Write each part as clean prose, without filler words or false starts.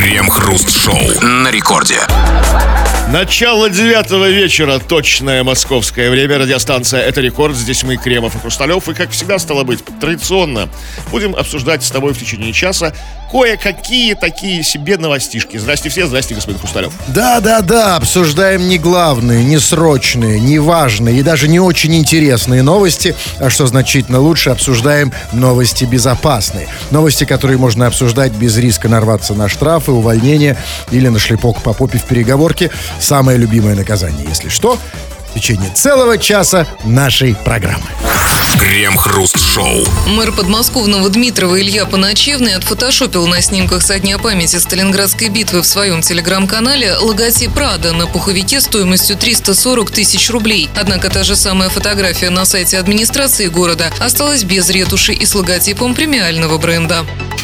Крем-хруст-шоу на рекорде. Начало 9 вечера, точное московское время. Радиостанция «Это рекорд». Здесь мы, Кремов и Хрусталев. И, как всегда, стало быть, традиционно будем обсуждать с тобой в течение часа кое-какие такие себе новостишки. Здрасте все, здрасте, господин Хрусталев. Да, обсуждаем не главные, не срочные, не важные и даже не очень интересные новости, а что значительно лучше, обсуждаем новости безопасные. Новости, которые можно обсуждать без риска нарваться на штрафы, увольнение или на шлепок по попе в переговорке. Самое любимое наказание, если что, в течение целого часа нашей программы. Крем-хруст-шоу. Мэр подмосковного Дмитрова Илья Поночевный отфотошопил на снимках со дня памяти Сталинградской битвы в своем телеграм-канале логотип «Прада» на пуховике стоимостью 340 тысяч рублей. Однако та же самая фотография на сайте администрации города осталась без ретуши и с логотипом премиального бренда.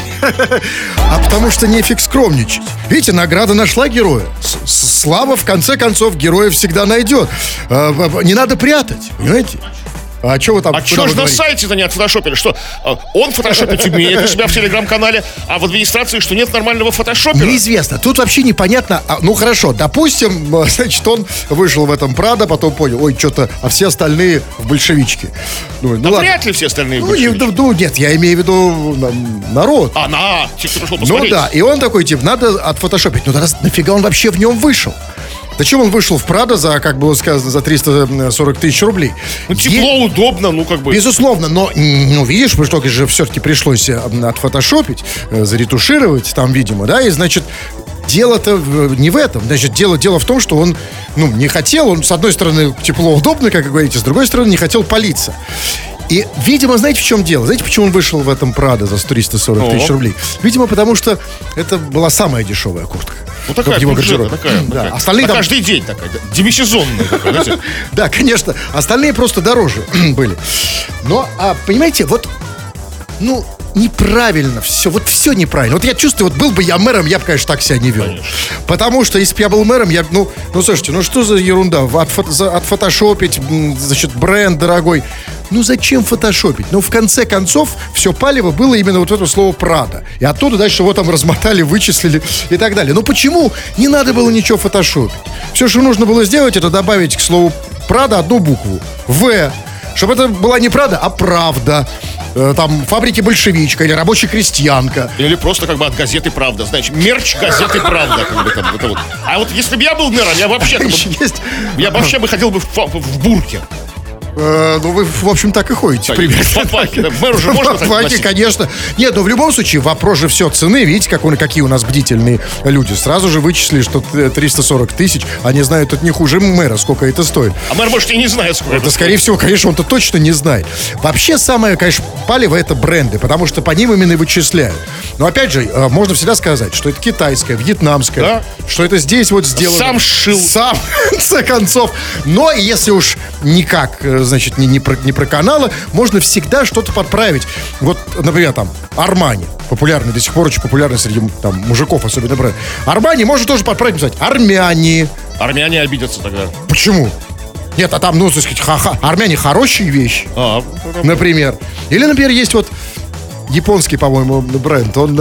А потому что нефиг скромничать. Видите, награда нашла героя. Слава, в конце концов, героя всегда найдет. Не надо прятать, понимаете? А что вы там? А что ж на сайте-то не отфотошопили? Что, он фотошопить умеет у себя в телеграм-канале, а в администрации, что нет нормального фотошопера? Неизвестно. Тут вообще непонятно. Ну, хорошо, допустим, значит, он вышел в этом Прадо, потом понял, ой, что-то, а все остальные в большевичке. Ну, вряд ли все остальные в большевичке. Нет, я имею в виду народ. Те, кто пришел посмотреть. Ну да, и он такой, типа, надо отфотошопить. Ну, нафига он вообще в нем вышел? Зачем он вышел в Прадо за, как было сказано, за 340 тысяч рублей? Ну, тепло, удобно, ну, как бы. Безусловно, но, ну, видишь, в итоге же все-таки пришлось отфотошопить, заретушировать там, видимо, да, и, значит, дело-то не в этом. Значит, дело в том, что он, ну, не хотел, он, с одной стороны, тепло, удобно, как вы говорите, с другой стороны, не хотел палиться. И, видимо, знаете, в чем дело? Знаете, почему он вышел в этом Прадо за 340 тысяч рублей? Видимо, потому что это была самая дешевая куртка. Ну, такая бюджетная, такая. Остальные там каждый день такая, демисезонная такая, знаете. Да, конечно. Остальные просто дороже были. Но, понимаете, вот, ну, неправильно все, вот все неправильно. Вот я чувствую, вот был бы я мэром, я бы, конечно, так себя не вел. Конечно. Потому что, если бы я был мэром, я, ну, слушайте, ну что за ерунда? Отфотошопить, значит, бренд дорогой. Ну, зачем фотошопить? Ну, в конце концов, все палево было именно вот это слово «Прада». И оттуда дальше его там размотали, вычислили и так далее. Ну, почему не надо было ничего фотошопить? Все, что нужно было сделать, это добавить к слову «Прада» одну букву «В». Чтобы это была не «Прада», а «Правда». Там фабрики «Большевичка» или «Рабочая крестьянка». Или просто как бы от газеты «Правда». Знаете, мерч газеты «Правда». Как бы, там, это вот. А вот если бы я был мэром, я вообще бы ходил бы в бурке. Ну, вы, в общем, так и ходите. Примерно. Мэру же можно так носить? Конечно. Нет, но в любом случае, вопрос же все цены. Видите, какие у нас бдительные люди. Сразу же вычислили, что 340 тысяч. Они знают, это не хуже мэра, сколько это стоит. А мэр, может, и не знает, сколько это стоит. Скорее всего, конечно, он-то точно не знает. Вообще, самое, конечно, палево — это бренды, потому что по ним именно и вычисляют. Но, опять же, можно всегда сказать, что это китайское, вьетнамское, да? Что это здесь вот сделано. Сам шил. Сам, в конце концов. Но если уж никак, значит, не про каналы, можно всегда что-то подправить. Вот, например, там, Армани. Популярный, до сих пор очень популярный среди там мужиков, особенно бренд. Армани можно тоже подправить, написать Армяне. Армяне обидятся тогда. Почему? Нет, а там, ну, так сказать, армяне хорошие вещи. Например. Или, например, есть вот японский, по-моему, бренд. Он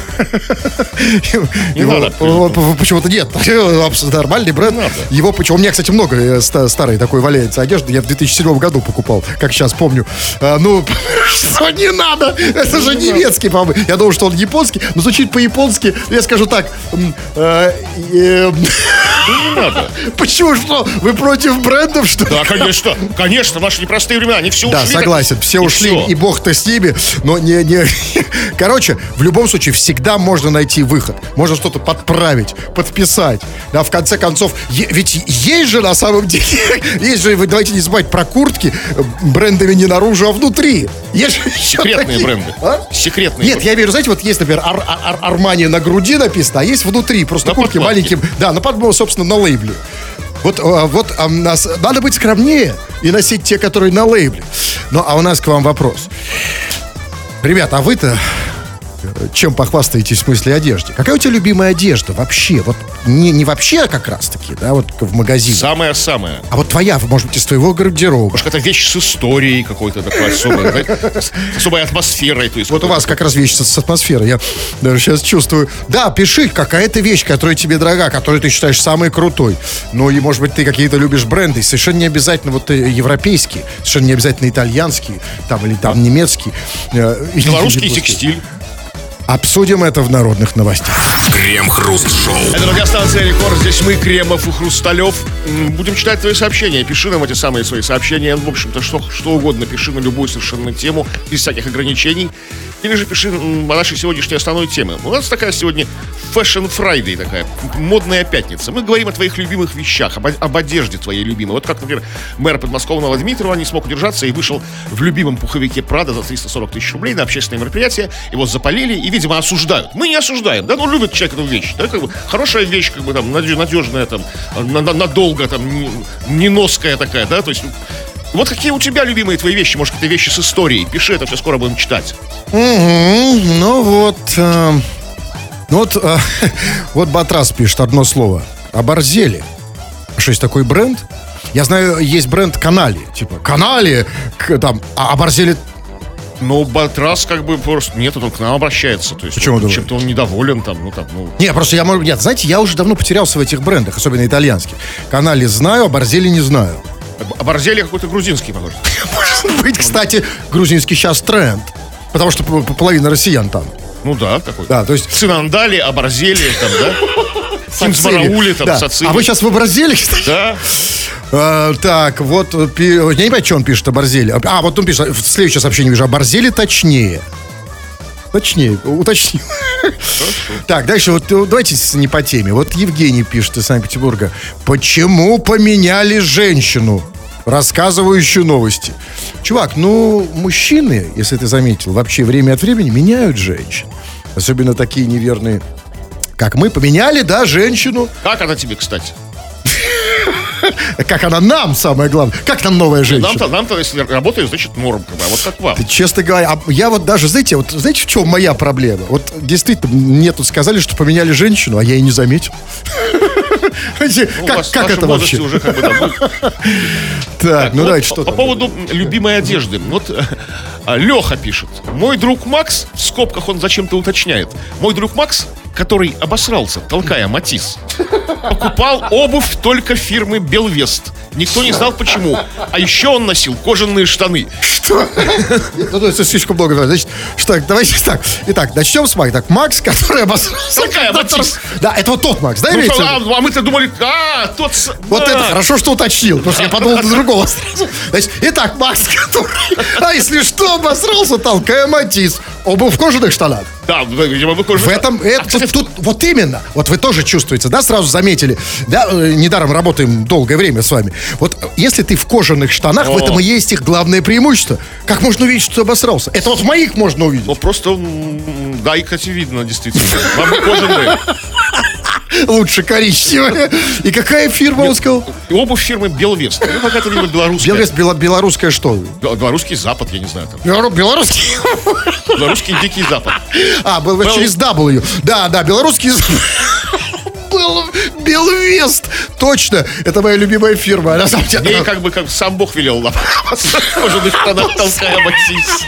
почему-то нет. Нормальный бренд. Его почему? У меня, кстати, много старой такой валяется одежды. Я в 2007 году покупал, как сейчас помню. Ну, что не надо? Это же немецкий, по-моему. Я думал, что он японский, но звучит по-японски. Я скажу так. Не надо. Почему, что? Вы против брендов, что ли? Да, конечно. Конечно, наши непростые времена, они все ушли. Да, согласен, все ушли, и бог-то с ними. Но не... Короче, в любом случае, всегда можно найти выход. Можно что-то подправить, подписать. Да, в конце концов, ведь есть же на самом деле, есть же, давайте не забывать про куртки, брендами не наружу, а внутри. Есть же секретные бренды. Секретные. Нет, я верю, знаете, вот есть, например, Армани на груди написано, а есть внутри, просто куртки маленьким, да, собственно, на лейбле. Вот надо быть скромнее и носить те, которые на лейбле. Ну, а у нас к вам вопрос. Ребята, а вы-то чем похвастаетесь в смысле одежды. Какая у тебя любимая одежда вообще? Вот не вообще как раз-таки, да, вот в магазине. Самое-самое. А вот твоя, может быть, из твоего гардероба. Может, это вещь с историей какой-то такой особой, с особой атмосферой. То есть Вот у вас как раз вещь с атмосферой. Я даже сейчас чувствую. Да, пиши, какая-то вещь, которая тебе дорога, которую ты считаешь самой крутой. Ну и, может быть, ты какие-то любишь бренды. Совершенно не обязательно вот европейские, совершенно не обязательно итальянские, там, или там немецкие. белорусский текстиль. Обсудим это в народных новостях. Крем-хруст-шоу. Это радиостанция «Рекорд». Здесь мы, Кремов и Хрусталев. Будем читать твои сообщения. Пиши нам эти самые свои сообщения. В общем-то, что угодно. Пиши на любую совершенно тему, без всяких ограничений. Или же пиши о нашей сегодняшней основной теме. У нас такая сегодня Fashion Friday, такая модная пятница. Мы говорим о твоих любимых вещах, об одежде твоей любимой. Вот как, например, мэр подмосковного Дмитрова не смог удержаться и вышел в любимом пуховике Прада за 340 тысяч рублей на общественное мероприятие. Его запалили и, видимо, осуждают. Мы не осуждаем, да, ну любит человек эту вещь. Да, как бы хорошая вещь, как бы там надежная, там, надолго, там, не ноская такая, да, то есть. Вот какие у тебя любимые твои вещи? Может, какие-то вещи с историей? Пиши, это все скоро будем читать. Ну вот, вот Батрас пишет одно слово. Оборзели. Что, есть такой бренд? Я знаю, есть бренд Канали. Типа, Канали, там, а оборзели... Но Батрас как бы просто... Нет, он к нам обращается. То есть, почему он, чем-то он недоволен там, Не, просто я могу... Нет, знаете, я уже давно потерялся в этих брендах, особенно итальянских. Канали знаю, оборзели не знаю. Оборзели какой-то грузинский, похоже. Может быть, кстати, грузинский сейчас тренд. Потому что половина россиян там. Ну да, такой. Да, то есть... Цинандали, оборзели, там, да? Симсмараули, там, Сацили. А вы сейчас в оборзели, кстати? Да. Так, вот, я не понимаю, что он пишет, оборзели. А, вот он пишет, в следующее сообщение вижу, оборзели точнее. Точнее, уточнил. Так, дальше, вот давайте не по теме. Вот Евгений пишет из Санкт-Петербурга. Почему поменяли женщину, рассказывающую новости? Чувак, ну, мужчины, если ты заметил, вообще время от времени меняют женщин. Особенно такие неверные, как мы. Поменяли, да, женщину. Как она тебе, кстати? Как она нам, самое главное. Как нам новая женщина? Нам-то, если работаю, значит, норм. А вот как вам? Честно говоря, я вот даже, знаете, в чем моя проблема? Вот действительно, мне тут сказали, что поменяли женщину, а я и не заметил. Как это вообще? Уже как бы так, ну давайте, что по поводу любимой одежды. Вот Леха пишет. Мой друг Макс, в скобках он зачем-то уточняет. Мой друг Макс, который обосрался, толкая Матис, покупал обувь только фирмы Белвест. Никто не знал почему. А еще он носил кожаные штаны. Что? Ну, это слишком много. Значит, что, давайте так. Итак, начнем с Макса. Так, Макс, который обосрался. Толкая Матис. Да, это вот тот Макс, да, имеется? А мы-то думали, тот... Вот это хорошо, что уточнил, потому что я подумал до другого сразу. Значит, итак, Макс, который, если что, обосрался, толкая Матис. Обувь в кожаных штанах. Да, видимо, в кожаных штанах. В этом, тут, вот именно, вот вы тоже чувствуете, да, сразу заметили, да, недаром работаем долгое время с вами. Вот если ты в кожаных штанах, в этом и есть их главное преимущество. Как можно увидеть, что ты обосрался? Это вот в моих можно увидеть. Ну, просто, да, и, кстати, видно, действительно. Вам кожаные. Лучше коричневая. И какая фирма, он сказал? Обувь фирмы Белвест. Ну, какая-то, видимо, белорусская. Белвест, белорусская что? Белорусский Запад, я не знаю. Там. Белорусский? Белорусский Дикий Запад. Был через W. Да, белорусский Белвест. Точно. Это моя любимая фирма. Мне как бы сам Бог велел нам. Кожаных штанах толкая Матис.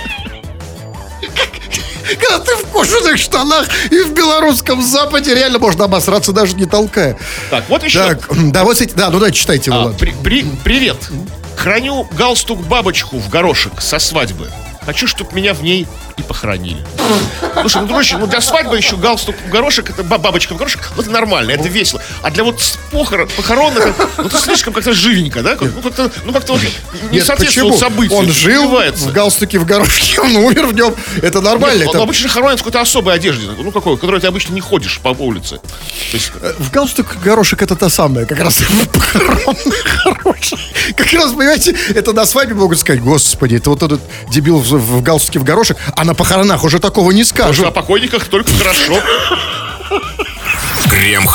Когда ты в кожаных штанах и в белорусском Западе, реально можно обосраться, даже не толкая. Так, вот еще. Так, да, вот эти, да, ну да, читайте его. Привет. Храню галстук-бабочку в горошек со свадьбы. Хочу, чтобы меня в ней и похоронили. Слушай, ну, короче, для свадьбы еще галстук в горошек, это бабочка в горошек, ну, это нормально, это весело. А для вот похорон, это слишком как-то живенько, да? Ну, как-то вот не соответствует событию. Он жил в галстуке в горошке, он умер в нем. Это нормально. Нет, он обычно хоронят в какой-то особой одежде, ну, какой, в которой ты обычно не ходишь по улице. Есть... В галстук горошек это та самая, как раз похоронная хорошая. Как раз, понимаете, это на свадьбе могут сказать, господи, это вот этот дебил в галстуке в горошек, а на похоронах уже такого не скажут. О покойниках только хорошо. Крем-хруст-шоу.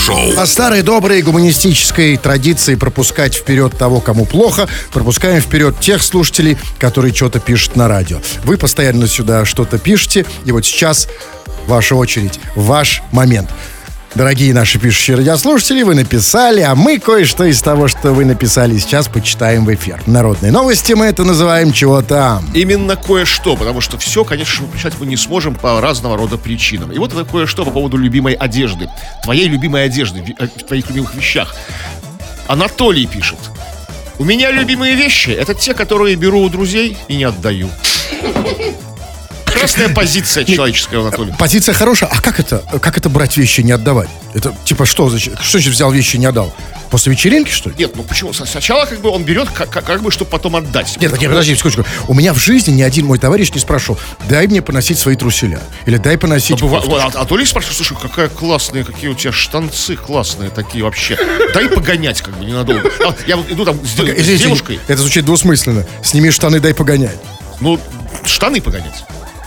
Хруст-шоу. По старой доброй гуманистической традиции пропускать вперед того, кому плохо, пропускаем вперед тех слушателей, которые что-то пишут на радио. Вы постоянно сюда что-то пишете, и вот сейчас ваша очередь, ваш момент. Дорогие наши пишущие радиослушатели, вы написали, а мы кое-что из того, что вы написали, сейчас почитаем в эфир. Народные новости мы это называем «Чего там?». Именно кое-что, потому что все, конечно, прочитать мы не сможем по разного рода причинам. И вот это кое-что по поводу любимой одежды. Твоей любимой одежды, в твоих любимых вещах. Анатолий пишет. У меня любимые вещи — это те, которые беру у друзей и не отдаю. Прекрасная позиция человеческая, Анатолий. Позиция хорошая, а как это брать вещи и не отдавать? Это типа что значит взял вещи и не отдал? После вечеринки, что ли? Нет, ну почему? Сначала как бы он берет, как бы, чтобы потом отдать. Нет, подожди, секундочку. У меня в жизни ни один мой товарищ не спрашивал, дай мне поносить свои труселя. Или дай поносить... Анатолий спрашивает, слушай, какие у тебя штанцы классные такие вообще. Дай погонять как бы ненадолго. Я вот иду там с девушкой. Это звучит двусмысленно. Сними штаны, дай погонять. Ну, штаны погонять.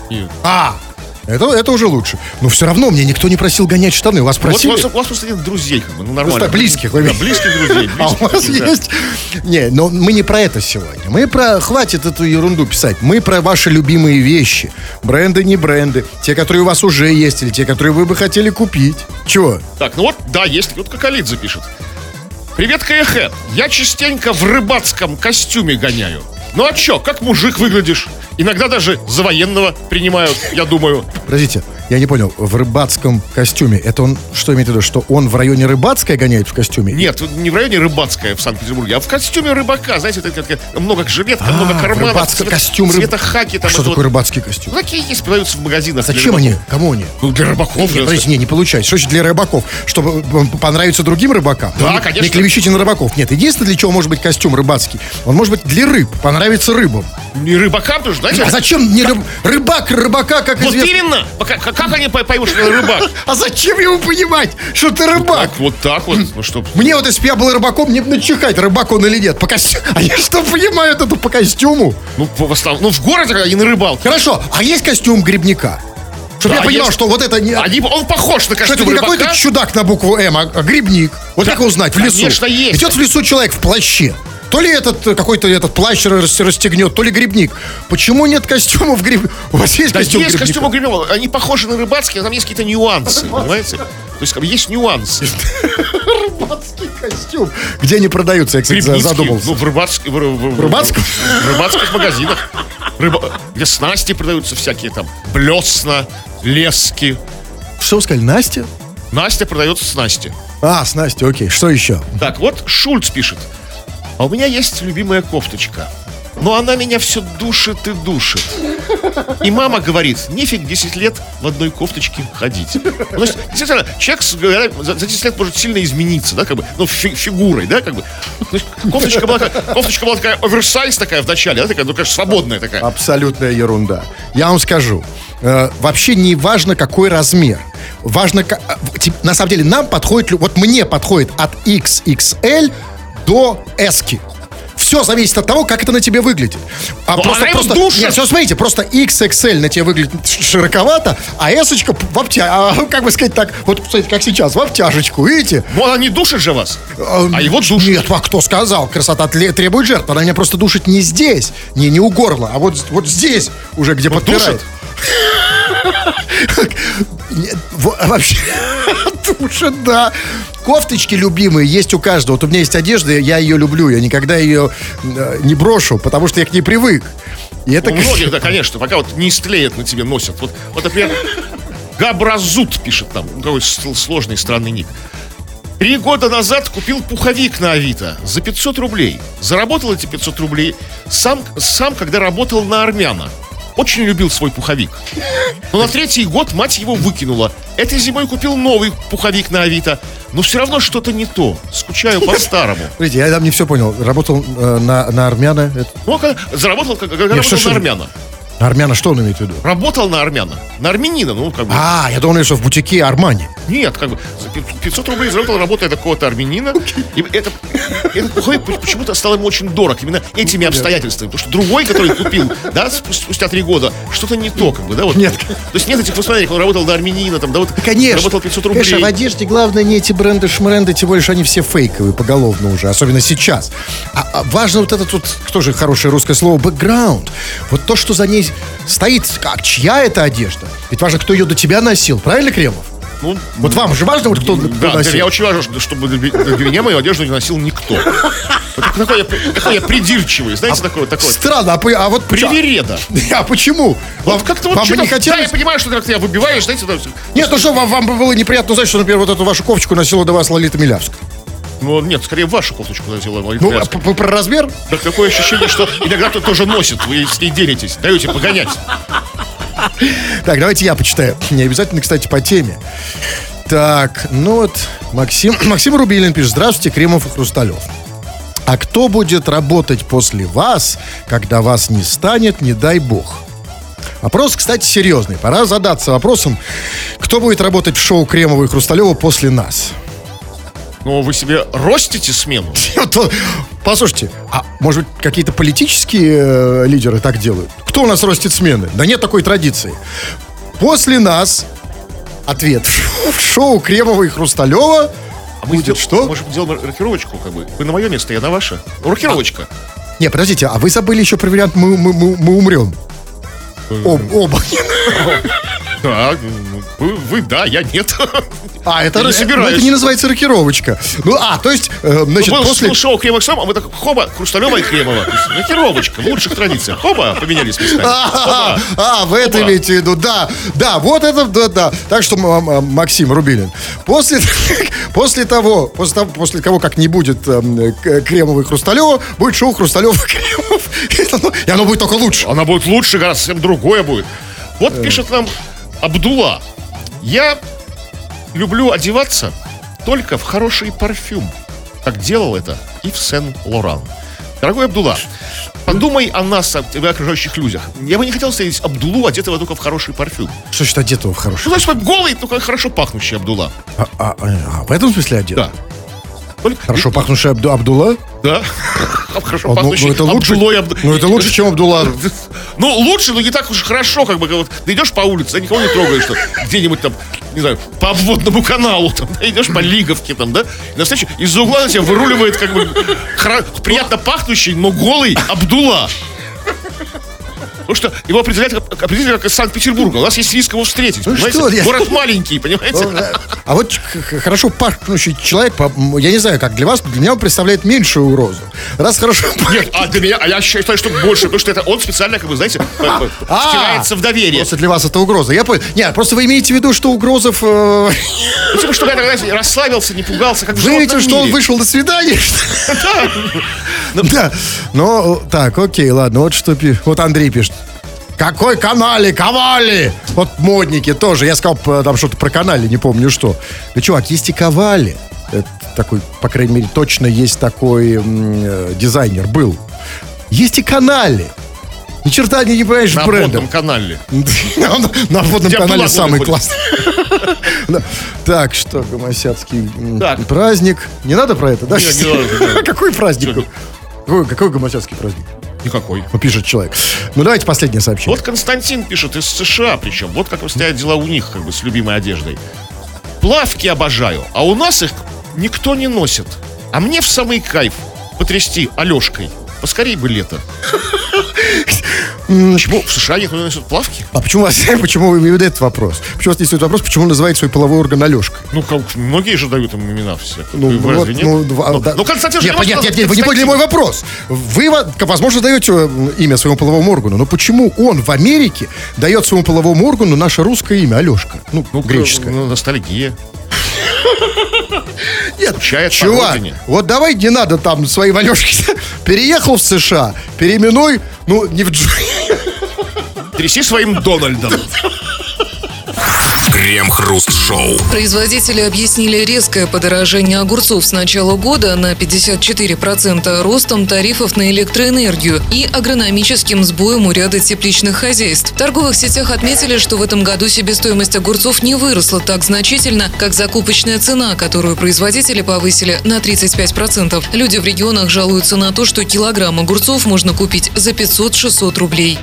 Это уже лучше. Но все равно мне никто не просил гонять штаны. У вас просили? У вас просто нет друзей, как бы, ну нормально. Близких. Да, близких друзей. А у вас есть? Не, но мы не про это сегодня. Хватит эту ерунду писать. Мы про ваши любимые вещи. Бренды, не бренды. Те, которые у вас уже есть, или те, которые вы бы хотели купить. Чего? Так, ну вот, да, есть. Вот Коколидзе пишет. Привет, КХ. Я частенько в рыбацком костюме гоняю. Ну а чё, как мужик выглядишь? Иногда даже за военного принимают, я думаю. Подождите, я не понял, в рыбацком костюме, это он, что имеет в виду, что он в районе Рыбацкой гоняет в костюме? Нет, не в районе Рыбацкая в Санкт-Петербурге, а в костюме рыбака, знаете, это много жилетка, много карманов, цвета хаки. Там, что такое рыбацкий костюм? Ну, такие есть, продаются в магазинах. Зачем они? Кому они? Ну, для рыбаков. Подождите, не получается. Что значит для рыбаков? Чтобы понравиться другим рыбакам? Да, конечно. Не клевещите на рыбаков. Нет, единственное, для чего может быть костюм рыбацкий, он может быть для рыб, понравится рыбам. И рыбакам тоже, знаете? А зачем не рыбака, как вот известно? именно! Как они поймут, что это рыбак? А зачем ему понимать, что ты рыбак? Вот так вот. Ну, что... Мне вот, если бы я был рыбаком, мне бы начихать, рыбак он или нет. По костюму. А я что понимаю это по костюму? Ну, в городе, когда они на рыбалке. Хорошо, а есть костюм грибника? Чтобы я понимал, что вот это не... Он похож на костюм рыбака. Что это не какой-то чудак на букву М, а грибник. Вот как узнать в лесу? Конечно, есть. Идет в лесу человек в плаще. То ли какой-то плащ расстегнет, то ли грибник. Почему нет костюмов грибника? У вас есть костюм есть грибника? костюмы грибника. Они похожи на рыбацкие, но там есть какие-то нюансы, понимаете? То есть есть нюансы. Рыбацкий костюм. Где они продаются, я, кстати, задумался. Ну, в рыбацких магазинах. Где снасти продаются всякие там. Блесна, лески. Что вы сказали, Настя? Настя продается снасти. Снасти, окей. Что еще? Так, вот Шульц пишет. А у меня есть любимая кофточка. Но она меня все душит и душит. И мама говорит, нефиг 10 лет в одной кофточке ходить. То есть, действительно, человек за 10 лет может сильно измениться, да, как бы, ну, фигурой, да, как бы. Кофточка была такая оверсайз такая в начале, да, такая, ну, конечно, свободная такая. Абсолютная ерунда. Я вам скажу, вообще не важно, какой размер. Важно, на самом деле, нам подходит, вот мне подходит от XXL до S-ки. Все зависит от того, как это на тебе выглядит. Нет, все, смотрите, просто XXL на тебе выглядит широковато, а S-очка в обтяжечку, как бы сказать так, вот, смотрите, как сейчас, в обтяжечку, видите? Ну, она не душит же вас, а его душит. Нет, а кто сказал? Красота требует жертв. Она меня просто душит не здесь, не у горла, а вот здесь уже, где вот подпирает. Вообще душит, да. Кофточки любимые есть у каждого. Вот у меня есть одежда, я ее люблю. Я никогда ее не брошу, потому что я к ней привык. И это... У многих, да, конечно, пока вот не истлеет, на тебе носят. Вот, например, Габразут пишет там. Какой сложный, странный ник. 3 года назад купил пуховик на Авито за 500 рублей. Заработал эти 500 рублей сам когда работал на армяна. Очень любил свой пуховик. Но на 3-й год мать его выкинула. Этой зимой купил новый пуховик на Авито. Но все равно что-то не то. Скучаю по-старому. Смотрите, я там не все понял. Работал на армяна. Ну, заработал, когда работал на армяна. Армяна что он имеет в виду? Работал на армяна. На армянина, ну, как бы. Я думал, что в бутике Армани. Нет, как бы, за 500 рублей заработал, работая какого-то армянина. И этот пуховик почему-то стал ему очень дорог. Именно этими обстоятельствами. Потому что другой, который купил, да, спустя 3 года, что-то не то, как бы, да, вот. Нет. То есть нет этих воспоминаний, как он работал на армянина, там, да, вот. Конечно. Работал 500 рублей. Конечно, в одежде главное не эти бренды-шмренды, тем более, что они все фейковые поголовно уже, особенно сейчас. А важно вот этот вот, тоже хорошее русское слово, бэкграунд. Вот то, что за ней стоит, как, чья это одежда? Ведь важно, кто ее до тебя носил, правильно, Кремов? Ну, Вот вам же важно, вот кто да, носил? я очень важно, чтобы до меня мою одежду не носил никто. Вот такой я придирчивый, знаете, такой. Странно, а вот Привереда. А почему? Вот как-то вот вам бы что-то, не хотелось? Да, я понимаю, что ты как-то выбиваешь, знаете, да, Нет, ну что, вам бы было неприятно узнать, что, например, вот эту вашу кофточку носила до вас Лолита Милявская? ну, нет, скорее вашу кофточку надела. Ну, про размер? Так такое ощущение, что иногда кто-то тоже носит, вы с ней делитесь, даете погонять. Так, давайте я почитаю. Не обязательно, кстати, по теме. Так, ну вот, Максим Рубилин пишет: здравствуйте, Кремов и Хрусталев. А кто будет работать после вас, когда вас не станет, не дай бог? Вопрос, кстати, серьезный. Пора задаться вопросом, кто будет работать в шоу Кремова и Хрусталева после нас? Ну, вы себе ростите смену? Послушайте, а может быть какие-то политические лидеры так делают? Кто у нас ростит смены? Да нет такой традиции. После нас, ответ, в шоу Кремова и Хрусталева будет что? Может, сделаем рокировочку, как бы. Вы на мое место, я на ваше. Рокировочка. Не, подождите, а вы забыли еще про вариант «Мы умрем». Оба. Да, вы да, я нет. Это Я не собираюсь. это не называется рокировочка. Ну, то есть, значит, после... Был шоу Кремова а вы так, хоба, Хрусталева и Кремова. Рокировочка, в лучших традициях. Хоба, поменялись местами. Вы это имеете в виду, да, вот это, да. Так что, Максим Рубилин, после того, как не будет Кремова и Хрусталева, будет шоу Хрусталев и Кремов. И оно будет только лучше. Она будет лучше, гораздо совсем другое будет. Вот пишет нам Абдулла: я люблю одеваться только в хороший парфюм, как делал это Ив Сен-Лоран. Дорогой Абдулла, подумай о нас, о окружающих людях. Я бы не хотел встретить Абдуллу, одетого только в хороший парфюм. Что значит одетого в хороший? Ну, значит, голый, только хорошо пахнущий Абдулла. В этом смысле одет? Да. Хорошо пахнущий Абдулла? Да. Хорошо пахнущий Абдуллой. Ну, это лучше, чем Абдулла. Ну, лучше, но не так уж хорошо, как бы, вот, ты идешь по улице, никого не трогаешь, что где-нибудь там, не знаю, по обводному каналу, там, да, идешь по Лиговке, там, да, и навстречу из-за угла на тебя выруливает, как бы, приятно пахнущий, но голый Абдулла. Потому что его определяют как из Санкт-Петербурга. У нас есть риск его встретить, понимаете? Город маленький, понимаете? А вот хорошо пахнущий человек, я не знаю, как для вас, для меня он представляет меньшую угрозу. Раз хорошо Нет, для меня, я считаю, что больше, потому что это он специально, как бы, знаете, втирается в доверие. Просто для вас это угроза. Я понял. Нет, просто вы имеете в виду, что угрозов... Ну, типа, что когда расслабился, не пугался, как в Вы имеете в виду, что он вышел на свидание? Да. Ну, так, окей, ладно, вот что пишет. Вот Андрей пишет: какой канале, Ковали? Вот модники тоже. Я сказал там что-то про канале, не помню что. Да, чувак, есть и Ковали. Это такой, по крайней мере, точно есть такой дизайнер, был. Есть и канале. Ни черта не понимаешь в бренде. На водном канале. На водном канале самый классный. Так, что, гомосяцкий праздник. Не надо про это, да? Какой праздник? Какой гомосяцкий праздник? Никакой. Пишет человек. Ну, давайте последнее сообщение. Вот Константин пишет из США, причем. Вот как обстоят дела у них, как бы, с любимой одеждой. Плавки обожаю, а у нас их никто не носит. А мне в самый кайф потрясти Алешкой. Поскорей бы лето. Почему в США никто не носит плавки? А почему вы имеете этот вопрос? Почему у вас есть вопрос, почему он называет свой половой орган Алешкой? Ну, как, многие же дают им имена все. Ну, разве нет? Ну, Константин же... Нет, вы не поняли мой вопрос. Вы, возможно, даете имя своему половому органу, но почему он в Америке дает своему половому органу наше русское имя Алешка? Ну, греческое. Ну, ностальгия. Нет, чувак, вот давай не надо там свои Алешки. Переехал в США, переименуй, ну, не в Тряси своим Дональдом. Крем-хруст Крем-хруст-шоу. Производители объяснили резкое подорожание огурцов с начала года на 54% ростом тарифов на электроэнергию и агрономическим сбоем у ряда тепличных хозяйств. В торговых сетях отметили, что в этом году себестоимость огурцов не выросла так значительно, как закупочная цена, которую производители повысили на 35%. Люди в регионах жалуются на то, что килограмм огурцов можно купить за 500-600 рублей.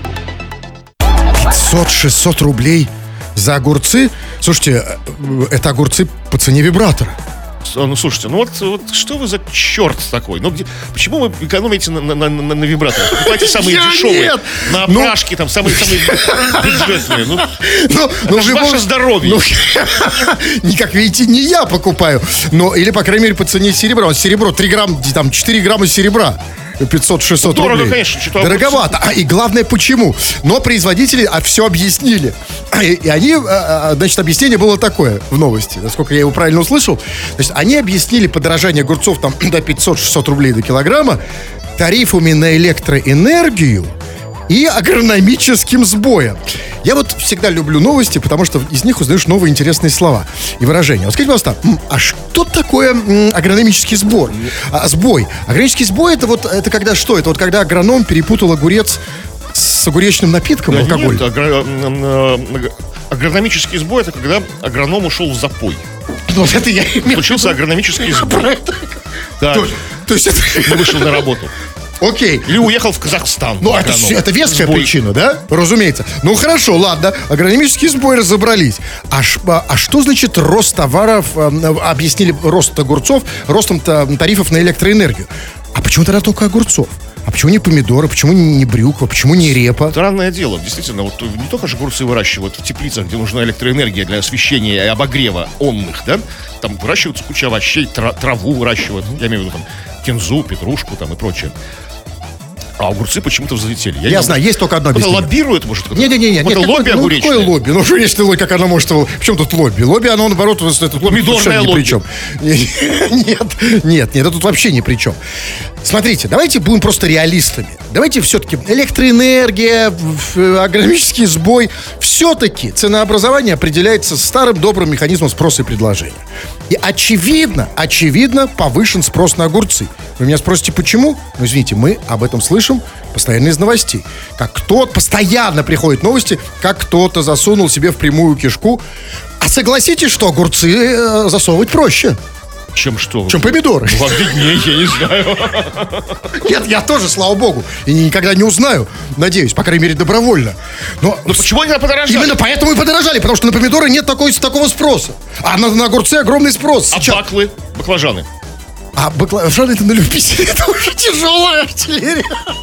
500-600 рублей за огурцы? Слушайте, это огурцы по цене вибратора. Ну, слушайте, вот что вы за черт такой? Почему вы экономите на вибраторах? Покупайте самые дешевые. Нет. На опрашки, там, самые бюджетные. Это же ваше здоровье. Как видите, не я покупаю. Или, по крайней мере, по цене серебра. Серебро, 3 грамма, там, 4 грамма серебра. 500-600 дорого, рублей. конечно, что-то дороговато. И главное, почему? Но производители все объяснили. И они, значит, объяснение было такое в новости, насколько я его правильно услышал. Значит, они объяснили подорожание огурцов там до 500-600 рублей до килограмма тарифами на электроэнергию и агрономическим сбоем. Я вот всегда люблю новости, потому что из них узнаешь новые интересные слова и выражения. Вот скажите, пожалуйста, а что такое агрономический сбой? Агрономический сбой это когда что? Это вот когда агроном перепутал огурец с огуречным напитком, алкоголь? Нет, агрономический сбой — это когда агроном ушел в запой. Вот это я имел. Случился агрономический сбой. Да. То есть это... Не вышел на работу. Окей. Или уехал в Казахстан. Ну, это веская причина, да? Разумеется. Ну, хорошо, ладно. Агрономический сбой разобрались. А что значит рост товаров? Объяснили рост огурцов ростом тарифов на электроэнергию. А почему тогда только огурцов? А почему не помидоры? Почему не брюква? Почему не репа? Странное дело. Действительно, вот не только же огурцы выращивают в теплицах, где нужна электроэнергия для освещения и обогрева онных, да? Там выращиваются куча овощей, траву выращивают. Я имею в виду там кинзу, петрушку там и прочее. А огурцы почему-то взлетели. Я знаю, есть только одно объяснение. Это лоббирует, может? Не-не-не. Это лобби огуречное. Какое лобби? Ну, если лобби, как оно может... В чем тут лобби? Лобби, оно, наоборот, это помидорное лобби. Ни при чем. Нет, это тут вообще ни при чем. Смотрите, давайте будем просто реалистами. Давайте все-таки электроэнергия, агрономический сбой. Все-таки ценообразование определяется старым добрым механизмом спроса и предложения. И очевидно, повышен спрос на огурцы. Вы меня спросите, почему? Ну, извините, мы об этом слышим постоянно из новостей. Постоянно приходят новости, как кто-то засунул себе в прямую кишку. А согласитесь, что огурцы засовывать проще. Чем что? Чем помидоры. Вам виднее, я не знаю. Нет, я тоже, слава богу. И никогда не узнаю. Надеюсь, по крайней мере, добровольно. Но почему они подорожали? Именно поэтому и подорожали. Потому что на помидоры нет такого спроса. А на огурцы огромный спрос. А баклажаны? А баклажаны — это на любителей. Это уже тяжелая артиллерия.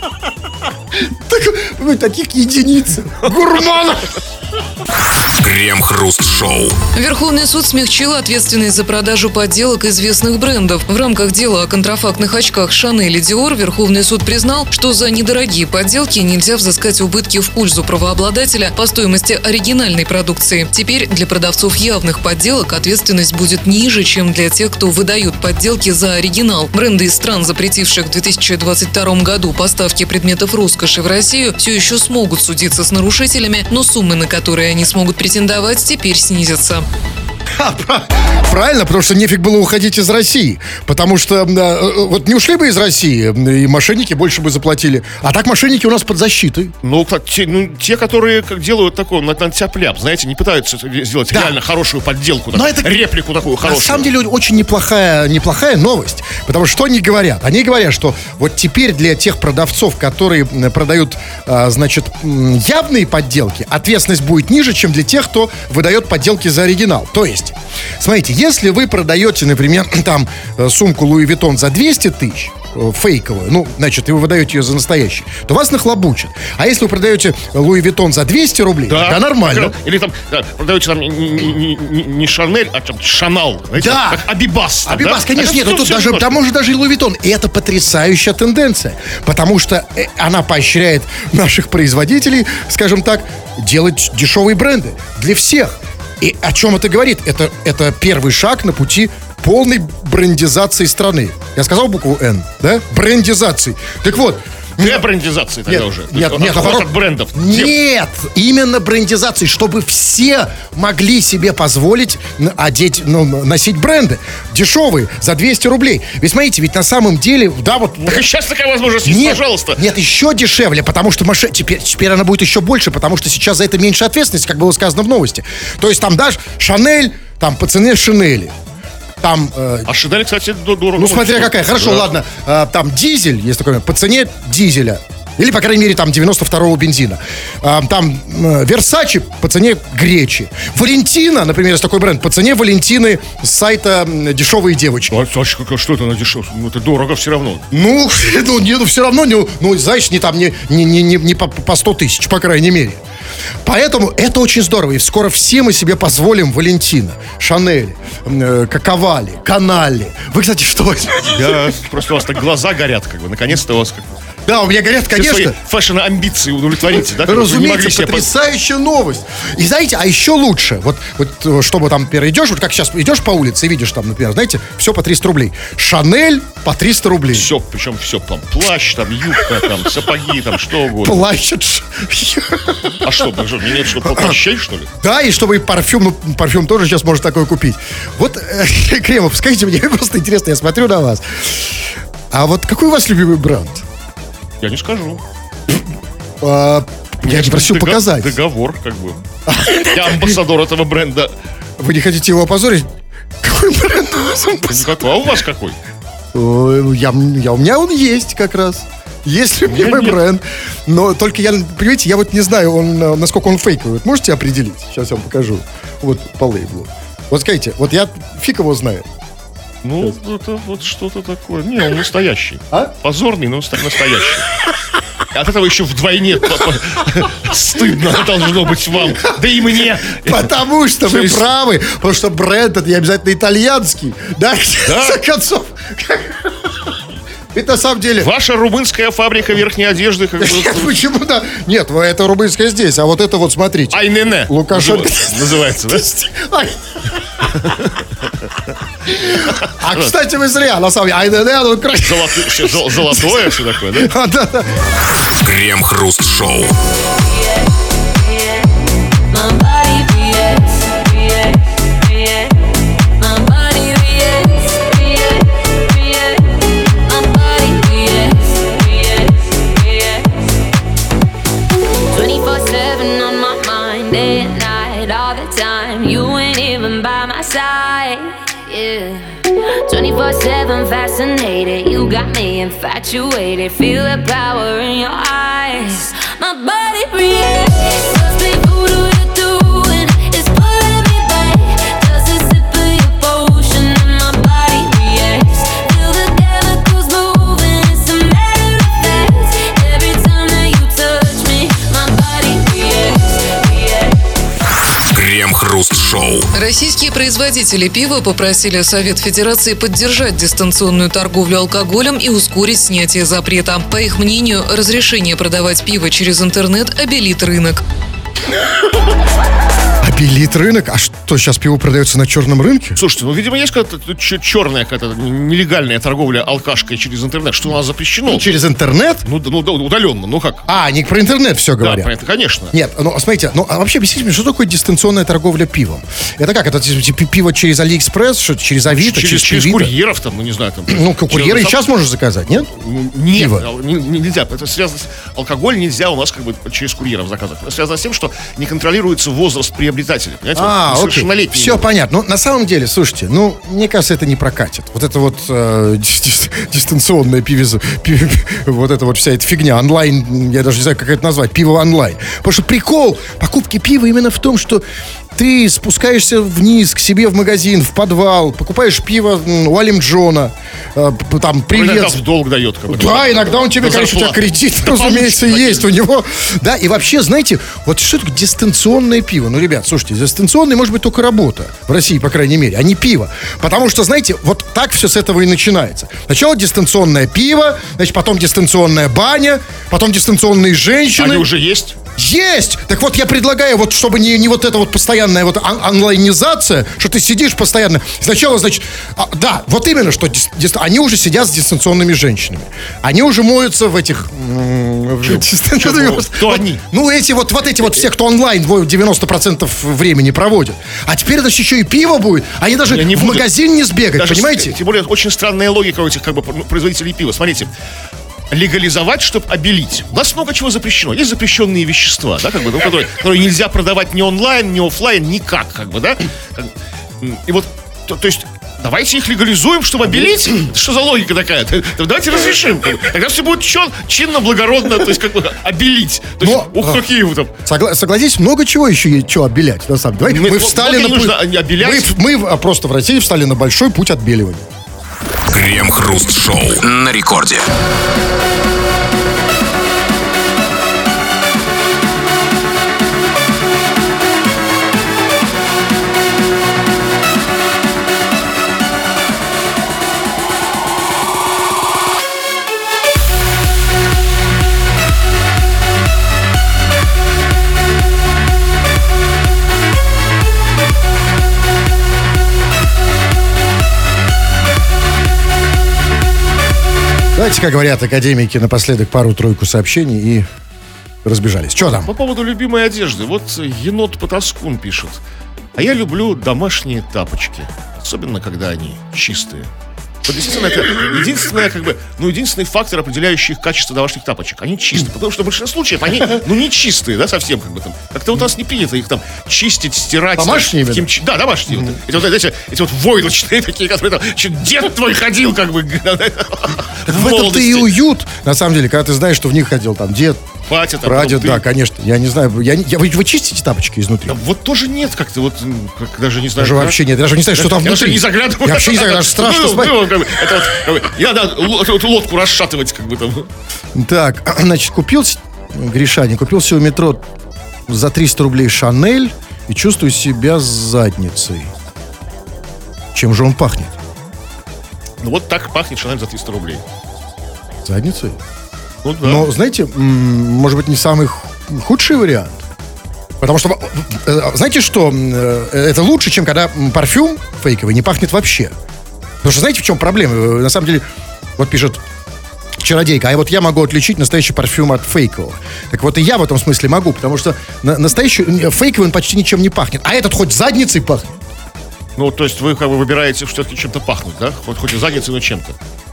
Таких единиц. Гурманов. Крем-хруст-шоу. Верховный суд смягчил ответственность за продажу подделок известных брендов. В рамках дела о контрафактных очках Шанель и Диор Верховный суд признал, что за недорогие подделки нельзя взыскать убытки в пользу правообладателя по стоимости оригинальной продукции. Теперь для продавцов явных подделок ответственность будет ниже, чем для тех, кто выдает подделки за оригинал. Бренды из стран, запретивших в 2022 году поставки предметов роскоши в Россию, все еще смогут судиться с нарушителями, но суммы, на которые они смогут претендовать, теперь снизятся. Правильно, потому что нефиг было уходить из России. Потому что вот не ушли бы из России, и мошенники больше бы заплатили. А так мошенники у нас под защитой. Те, которые делают такой тяп-ляп, знаете, не пытаются сделать реально хорошую подделку, реплику такую хорошую. На самом деле очень неплохая новость. Потому что что они говорят? Они говорят, что вот теперь для тех продавцов, которые продают, явные подделки, ответственность будет ниже, чем для тех, кто выдает подделки за оригинал. То есть, смотрите, если вы продаете, например, там сумку Луи Виттон за 200 тысяч, фейковую, и вы выдаете ее за настоящую, то вас нахлобучат. А если вы продаете Луи Виттон за 200 рублей, да, нормально. Или там продаете там не Шанель, а там Шанал. Да. Как Абибас. Абибас, конечно, нет. Там может даже и Луи Виттон. И это потрясающая тенденция. Потому что она поощряет наших производителей, скажем так, делать дешевые бренды для всех. И о чем это говорит? Это первый шаг на пути полной брендизации страны. Я сказал букву «Н», да? Брендизации. Так вот, Дебрендизации тогда уже. Нет, Отход наоборот. от брендов. Нет, именно брендизации, чтобы все могли себе позволить носить бренды дешевые за 200 рублей. Ведь смотрите, ведь на самом деле, да, вот... Так и сейчас такая возможность есть, пожалуйста. Нет, еще дешевле, потому что теперь она будет еще больше, потому что сейчас за это меньше ответственности, как было сказано в новости. То есть там даже Шанель, там по цене Шинели. Там, А Шинель, кстати, дорого. ну, смотря какая. Хорошо, да. ладно. Там дизель, есть такой, по цене дизеля. Или, по крайней мере, там 92-го бензина. Там Версачи по цене гречи. Валентина, например, есть такой бренд, по цене Валентины с сайта «Дешевые девочки». А что это на дешевле? Ну, это дорого все равно. Ну, все равно, знаешь, не по 100 тысяч, по крайней мере. Поэтому это очень здорово. И скоро все мы себе позволим Валентина, Шанель, Какавали, Канали. Вы, кстати, что возьмете? Я просто у вас так глаза горят, как бы. Наконец-то у вас как бы Да, у меня горят, все свои конечно. фэшн-амбиции удовлетворите, да? Как бы вы не могли Разумеется, себе потрясающая новость. И знаете, а еще лучше, вот чтобы там, например, идешь, вот как сейчас идешь по улице и видишь там, например, знаете, все по 300 рублей. Шанель по 300 рублей. Все, причем все, там, плащ, там, юбка, там, сапоги, там, что угодно. Плачет. А что, нет, что, плащей, что ли? Да, и чтобы и парфюм, парфюм тоже сейчас можно такой купить. Вот, Кремов, скажите мне, просто интересно, я смотрю на вас. А вот какой у вас любимый бренд? Я не скажу. Я не просил показать. Договор, как бы. Я амбассадор этого бренда. Вы не хотите его опозорить? Какой бренд у вас? Никакой. А у вас какой? У меня он есть как раз. Есть любимый бренд. Но только я, понимаете, я вот не знаю, насколько он фейковый. Вот можете определить? Сейчас я вам покажу. Вот по лейблу. Вот скажите, вот я фиг его знаю. Ну, это вот что-то такое. Не, он настоящий. А? Позорный, но настоящий. От этого еще вдвойне стыдно должно быть вам. Да и мне. Потому что вы правы. Потому что бренд это не обязательно итальянский. Да, в конце концов. Ведь на самом деле... Ваша румынская фабрика верхней одежды. Как бы, Нет, почему да? Нет, это румынская здесь, а вот это вот, смотрите. Айнене. Лукашенко. Называется, да? Ай. А, кстати, вы зря, на самом деле. Айнене, оно красиво. Золотое, все такое, да? Да. Крем-хруст-шоу. Yeah. 24/7 fascinated. You got me infatuated. Feel the power in your eyes. My body reacts. Must be voodoo you're doing. It's pulling me back. Just a sip of your potion and my body reacts. Feel the chemicals moving. It's a matter of fact. Every time that you touch me, my body reacts. Крем-хруст-шоу. Российские производители пива попросили Совет Федерации поддержать дистанционную торговлю алкоголем и ускорить снятие запрета. По их мнению, разрешение продавать пиво через интернет обелит рынок. Обелит рынок? А что, сейчас пиво продается на черном рынке? Слушайте, ну, видимо, есть какая-то черная, какая-то нелегальная торговля алкашкой через интернет, что у нас запрещено. Через интернет? Ну, удаленно, ну как? А, они про интернет все Да, говорят. про это, конечно. Нет, ну, смотрите, а вообще объясните мне, что такое дистанционная торговля пивом? Это как? Это типа пиво через Алиэкспресс, что через Авито, через Через Пивито? курьеров там, ну не знаю, там. Ну, курьеры и сейчас можешь заказать, нет? Нет, Пиво. нельзя. Это связано с... Алкоголь нельзя у нас как бы через курьеров заказывать. Это связано с тем, что не контролируется возраст приобретателя. Понимаете? Окей. Несовершеннолетний. Все понятно. Ну, на самом деле, слушайте, мне кажется, это не прокатит. Вот это вот дистанционное вот эта вот вся эта фигня, онлайн, я даже не знаю, как это назвать, пиво онлайн. Потому что прикол покупки пива именно в том, что ты спускаешься вниз к себе в магазин, в подвал, покупаешь пиво у Алим Джона, там, привет. Иногда в долг дает. Как бы, Да, иногда он тебе, конечно, у тебя кредит, разумеется, есть у него. Да, и вообще, знаете, вот что такое дистанционное пиво? Ну, ребят, слушайте, дистанционное может быть только работа. В России, по крайней мере, а не пиво. Потому что, знаете, вот так все с этого и начинается. Сначала дистанционное пиво, значит, потом дистанционная баня, потом дистанционные женщины. Они уже есть? Есть! Так вот, я предлагаю, вот, чтобы не вот эта вот постоянная вот онлайнизация, что ты сидишь постоянно. Сначала, значит, да, вот именно, что они уже сидят с дистанционными женщинами. Они уже моются в этих... Кто они? Ну, эти вот эти вот все, кто онлайн 90% времени проводит. А теперь, значит, еще и пиво будет. Они даже в магазин не сбегают, даже, понимаете? Тем более, очень странная логика у этих как бы производителей пива. Смотрите. Легализовать, чтобы обелить. У нас много чего запрещено. Есть запрещенные вещества, да, как бы, которые нельзя продавать ни онлайн, ни офлайн, никак, как бы, да. И вот, то есть, давайте их легализуем, чтобы обелить. Что за логика такая? Давайте разрешим. Тогда все будет чинно, благородно, то есть, как бы, обелить. То есть, какие вы там. Согласитесь, много чего еще есть, что обелять, на самом деле. Мы встали на путь. Мы просто в России встали на большой путь отбеливания. Крем-хруст-шоу на рекорде. Знаете, как говорят академики, напоследок пару-тройку сообщений и разбежались. Что там? По поводу любимой одежды. Вот енот Потаскун пишет. А я люблю домашние тапочки. Особенно, когда они чистые. Вот действительно, это единственное, как бы, единственный фактор, определяющий их качество домашних тапочек. Они чистые, потому что в большинстве случаев они, не чистые, да, совсем, как бы там. Как-то у нас не принято их там чистить, стирать. Домашние именно? Да, домашние. Эти вот войлочные такие, которые там, дед твой ходил, как бы. В этом-то и уют. На самом деле, когда ты знаешь, что в них ходил там дед, прадед, да, конечно. Я не знаю, вы чистите тапочки изнутри? Да, вот тоже нет, как-то вот, даже не знаю. Даже вообще нет, даже не знаю, что там внутри. Я не заглядываю. Я вообще не знаю, даже страшно смотреть. Я надо эту лодку расшатывать, как бы там. Так, значит, Гришанин купил себе у метро за 300 рублей Шанель и чувствую себя с задницей. Чем же он пахнет? Ну вот так пахнет Шанель за 300 рублей. Задницей? Ну да. Но, знаете, может быть, не самый худший вариант. Потому что, знаете что, это лучше, чем когда парфюм фейковый не пахнет вообще. Потому что знаете, в чем проблема? На самом деле, вот пишет чародейка, а вот я могу отличить настоящий парфюм от фейкового. Так вот и я в этом смысле могу, потому что настоящий фейковый он почти ничем не пахнет. А этот хоть задницей пахнет. Ну, то есть вы как бы выбираете все-таки чем-то пахнуть, да? Хоть и задницей, но чем-то.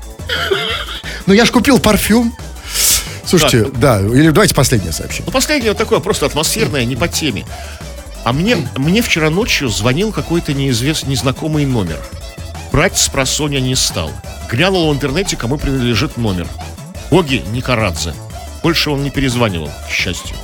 Ну, я ж купил парфюм. Слушайте, так. Да, или давайте последнее сообщение. Ну, последнее вот такое, просто атмосферное, не по теме. А мне вчера ночью звонил какой-то незнакомый номер. Брать спросонья не стал. Глянул в интернете, кому принадлежит номер. Гоги Никарадзе. Больше он не перезванивал, к счастью.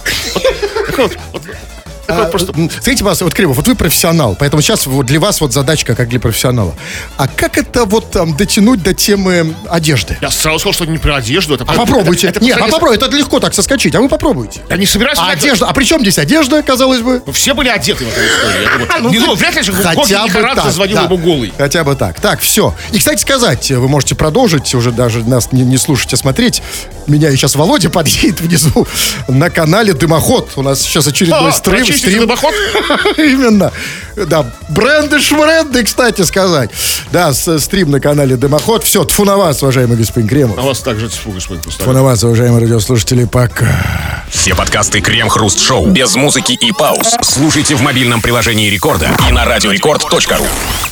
Просто... Скажите, вас, вот, Кремов, вот вы профессионал, поэтому сейчас вот для вас вот задачка, как для профессионала. А как это вот дотянуть до темы одежды? Я сразу сказал, что не про одежду. Это попробуйте. Попробуйте, это легко так соскочить, а вы попробуйте. Я не собираюсь... одежда, а при чем здесь одежда, казалось бы? Ну, все были одеты в этой истории. Вряд ли же Гоги Никарадзе звонил ему голый. Хотя бы так. Так, все. И, кстати сказать, вы можете продолжить, уже даже нас не слушать, а смотреть. Меня и сейчас Володя подъедет внизу на канале «Дымоход». У нас сейчас очередной стрим. Дымоход? Именно. Да, бренды, кстати сказать. Да, стрим на канале «Дымоход». Все, тьфу на вас, уважаемый господин Кремов. На вас также тьфу, господин Кустарев. Тьфу на вас, уважаемые радиослушатели, пока. Все подкасты Крем-хруст-шоу без музыки и пауз слушайте в мобильном приложении Рекорда и на радиорекорд.ру.